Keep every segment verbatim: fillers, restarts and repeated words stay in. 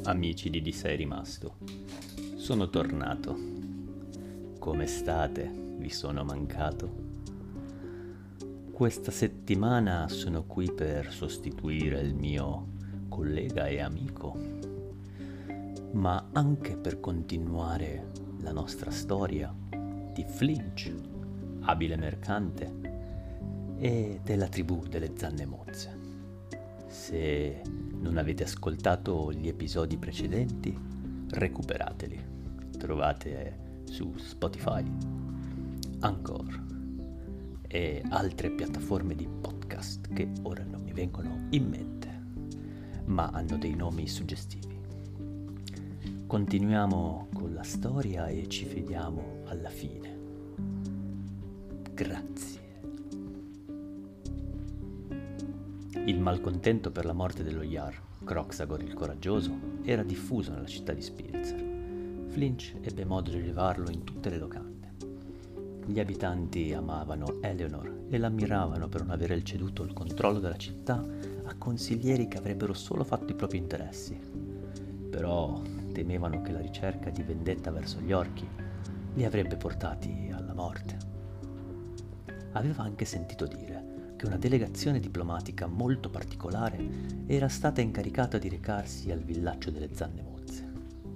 Amici di Di Sei Rimasto, sono tornato. Come state? Vi sono mancato? Questa settimana sono qui per sostituire il mio collega e amico, ma anche per continuare la nostra storia di Flinch, abile mercante, e della tribù delle zanne mozze. Se non avete ascoltato gli episodi precedenti, recuperateli. Trovate su Spotify, Anchor e altre piattaforme di podcast che ora non mi vengono in mente, ma hanno dei nomi suggestivi. Continuiamo con la storia e ci vediamo alla fine. Grazie. Il malcontento per la morte dello Jarl, Kroxagor il Coraggioso, era diffuso nella città di Spilzer. Flinch ebbe modo di rilevarlo in tutte le locande. Gli abitanti amavano Eleanor e l'ammiravano per non avere ceduto il controllo della città a consiglieri che avrebbero solo fatto i propri interessi. Però temevano che la ricerca di vendetta verso gli orchi li avrebbe portati alla morte. Aveva anche sentito dire che una delegazione diplomatica molto particolare era stata incaricata di recarsi al villaggio delle zanne mozze.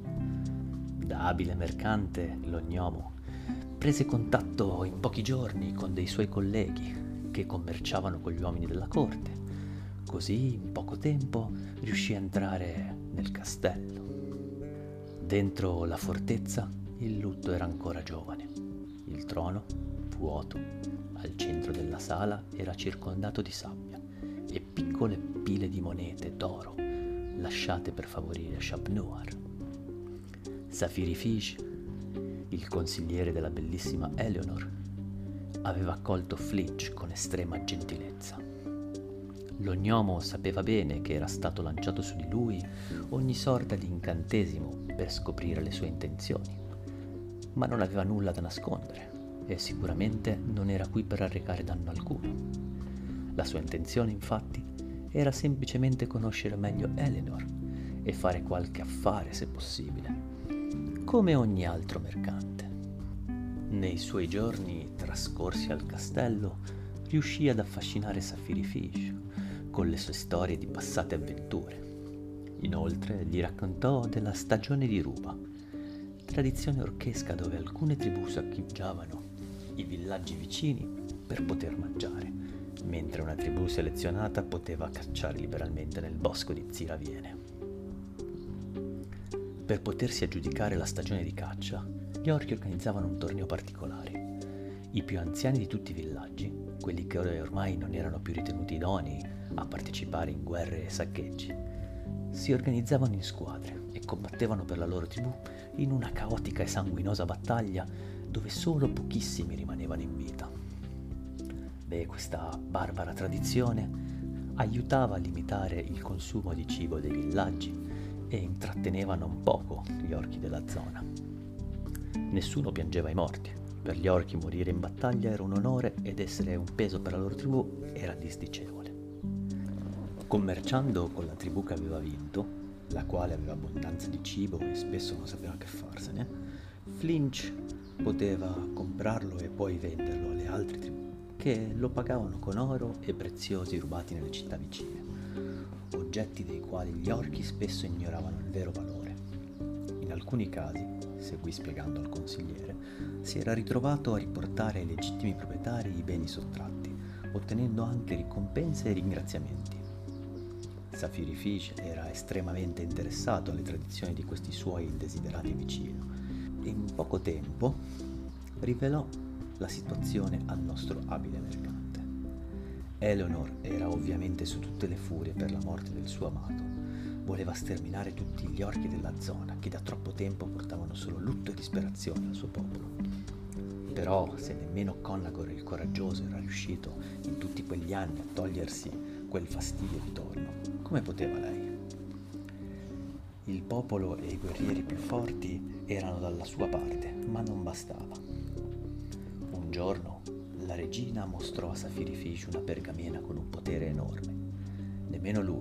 Da abile mercante, lo gnomo prese contatto in pochi giorni con dei suoi colleghi che commerciavano con gli uomini della corte. Così, in poco tempo, riuscì a entrare nel castello. Dentro la fortezza, il lutto era ancora giovane. Il trono, vuoto, al centro della sala era circondato di sabbia e piccole pile di monete d'oro lasciate per favorire Shapnuar. Safiri Fish, il consigliere della bellissima Eleanor, aveva accolto Flinch con estrema gentilezza. Lo gnomo sapeva bene che era stato lanciato su di lui ogni sorta di incantesimo per scoprire le sue intenzioni, ma non aveva nulla da nascondere e sicuramente non era qui per arrecare danno alcuno. La sua intenzione, infatti, era semplicemente conoscere meglio Eleanor e fare qualche affare se possibile, come ogni altro mercante. Nei suoi giorni trascorsi al castello riuscì ad affascinare Safiri Fish con le sue storie di passate avventure. Inoltre gli raccontò della stagione di ruba, tradizione orchesca dove alcune tribù saccheggiavano i villaggi vicini per poter mangiare, mentre una tribù selezionata poteva cacciare liberalmente nel bosco di Ziraviene. Per potersi aggiudicare la stagione di caccia, gli orchi organizzavano un torneo particolare. I più anziani di tutti i villaggi, quelli che ormai non erano più ritenuti idonei a partecipare in guerre e saccheggi, si organizzavano in squadre e combattevano per la loro tribù in una caotica e sanguinosa battaglia dove solo pochissimi rimanevano in vita. Beh, questa barbara tradizione aiutava a limitare il consumo di cibo dei villaggi e intratteneva non poco gli orchi della zona. Nessuno piangeva i morti. Per gli orchi morire in battaglia era un onore ed essere un peso per la loro tribù era disdicevole. Commerciando con la tribù che aveva vinto, la quale aveva abbondanza di cibo e spesso non sapeva che farsene, Flinch poteva comprarlo e poi venderlo alle altre tribù, che lo pagavano con oro e preziosi rubati nelle città vicine, oggetti dei quali gli orchi spesso ignoravano il vero valore. In alcuni casi, seguì spiegando al consigliere, si era ritrovato a riportare ai legittimi proprietari i beni sottratti, ottenendo anche ricompense e ringraziamenti. Safiri Fish era estremamente interessato alle tradizioni di questi suoi indesiderati vicini. In poco tempo rivelò la situazione al nostro abile mercante. Eleanor era ovviamente su tutte le furie per la morte del suo amato. Voleva sterminare tutti gli orchi della zona che da troppo tempo portavano solo lutto e disperazione al suo popolo. Però se nemmeno Connagor il Coraggioso era riuscito in tutti quegli anni a togliersi quel fastidio di torno, come poteva lei? Il popolo e i guerrieri più forti erano dalla sua parte, ma non bastava. Un giorno la regina mostrò a Safiri Fish una pergamena con un potere enorme. Nemmeno lui, il più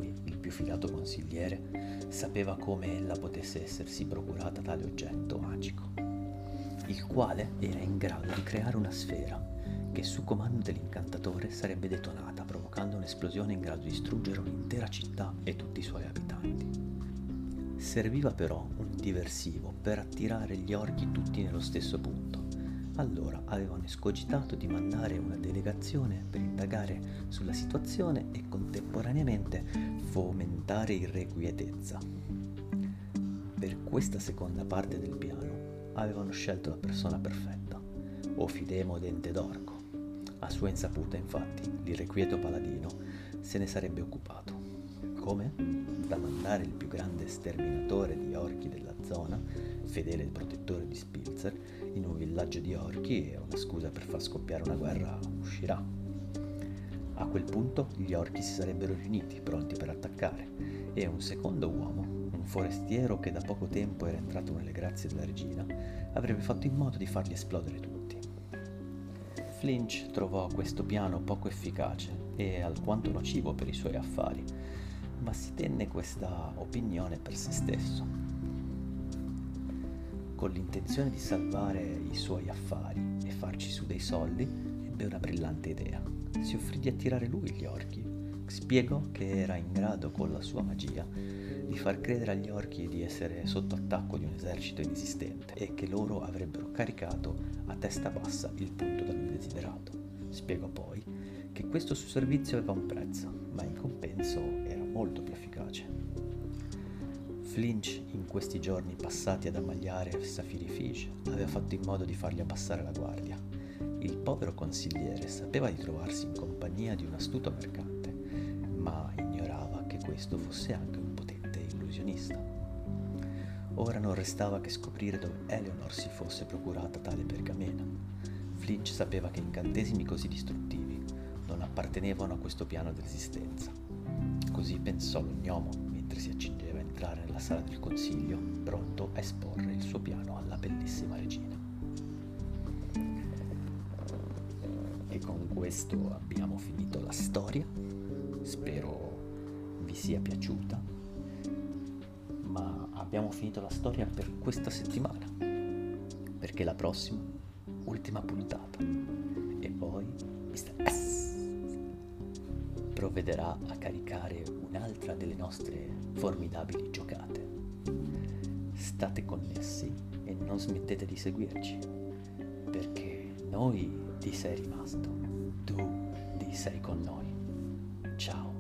più fidato consigliere, sapeva come ella potesse essersi procurata tale oggetto magico, il quale era in grado di creare una sfera che su comando dell'incantatore sarebbe detonata, provocando un'esplosione in grado di distruggere un'intera città e tutti i suoi abitanti. Serviva però un diversivo per attirare gli orchi tutti nello stesso punto. Allora avevano escogitato di mandare una delegazione per indagare sulla situazione e contemporaneamente fomentare irrequietezza. Per questa seconda parte del piano avevano scelto la persona perfetta, Ofidemo Dente d'Orco. A sua insaputa, infatti, l'irrequieto paladino se ne sarebbe occupato. Come? Da mandare il più grande sterminatore di orchi della zona, fedele protettore di Spilzer, in un villaggio di orchi, e una scusa per far scoppiare una guerra uscirà. A quel punto gli orchi si sarebbero riuniti, pronti per attaccare, e un secondo uomo, un forestiero che da poco tempo era entrato nelle grazie della regina, avrebbe fatto in modo di farli esplodere tutti. Flinch trovò questo piano poco efficace e alquanto nocivo per i suoi affari, ma si tenne questa opinione per se stesso. Con l'intenzione di salvare i suoi affari e farci su dei soldi, ebbe una brillante idea. Si offrì di attirare lui gli orchi. Spiegò che era in grado, con la sua magia, di far credere agli orchi di essere sotto attacco di un esercito inesistente e che loro avrebbero caricato a testa bassa il punto da lui desiderato. Spiegò poi che questo suo servizio aveva un prezzo, ma in compenso era molto più efficace. Flinch, in questi giorni passati ad ammaliare Safiri Fish, aveva fatto in modo di fargli abbassare la guardia. Il povero consigliere sapeva di trovarsi in compagnia di un astuto mercante, ma ignorava che questo fosse anche un potente illusionista. Ora non restava che scoprire dove Eleanor si fosse procurata tale pergamena. Flinch sapeva che incantesimi così distruttivi non appartenevano a questo piano dell'esistenza. Così pensò lo gnomo mentre si accingeva a entrare nella sala del consiglio, pronto a esporre il suo piano alla bellissima regina. E con questo abbiamo finito la storia. Spero vi sia piaciuta, ma abbiamo finito la storia per questa settimana, perché la prossima, ultima puntata, e poi mister S provvederà a caricare un'altra delle nostre formidabili giocate. State connessi e non smettete di seguirci, perché noi ti sei rimasto, tu ti sei con noi. Ciao.